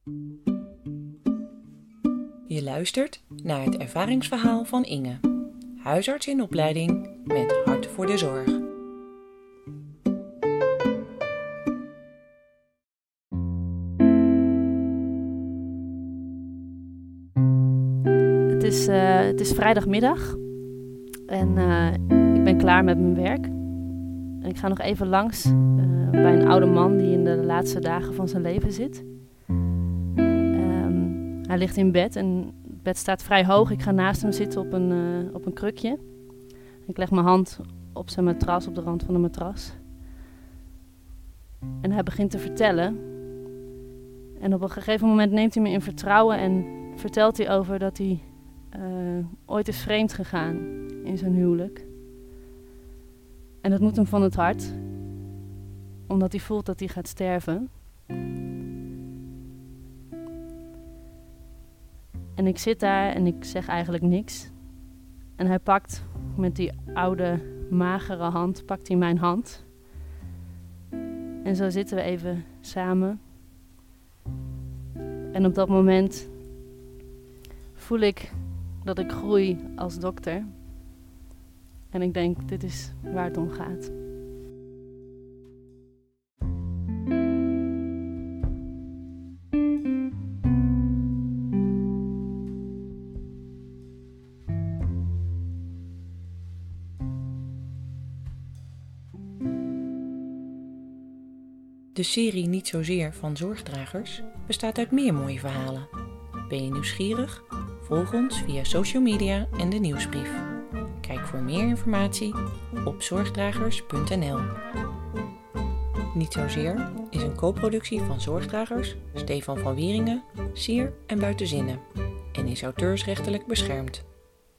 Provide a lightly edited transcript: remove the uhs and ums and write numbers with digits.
Je luistert naar het ervaringsverhaal van Inge, huisarts in opleiding met hart voor de zorg. Het is vrijdagmiddag en ik ben klaar met mijn werk. En ik ga nog even langs bij een oude man die in de laatste dagen van zijn leven zit. Hij ligt in bed en het bed staat vrij hoog. Ik ga naast hem zitten op een krukje. Ik leg mijn hand op zijn matras, op de rand van de matras. En hij begint te vertellen. En op een gegeven moment neemt hij me in vertrouwen en vertelt hij over dat hij ooit is vreemd gegaan in zijn huwelijk. En dat moet hem van het hart, omdat hij voelt dat hij gaat sterven. En ik zit daar en ik zeg eigenlijk niks. En hij pakt met die oude, magere hand, pakt hij mijn hand. En zo zitten we even samen. En op dat moment voel ik dat ik groei als dokter. En ik denk, dit is waar het om gaat. De serie Niet Zozeer van Zorgdragers bestaat uit meer mooie verhalen. Ben je nieuwsgierig? Volg ons via social media en de nieuwsbrief. Kijk voor meer informatie op zorgdragers.nl. Niet Zozeer is een co-productie van Zorgdragers, Stefan van Wieringen, Sier en Buitenzinnen en is auteursrechtelijk beschermd.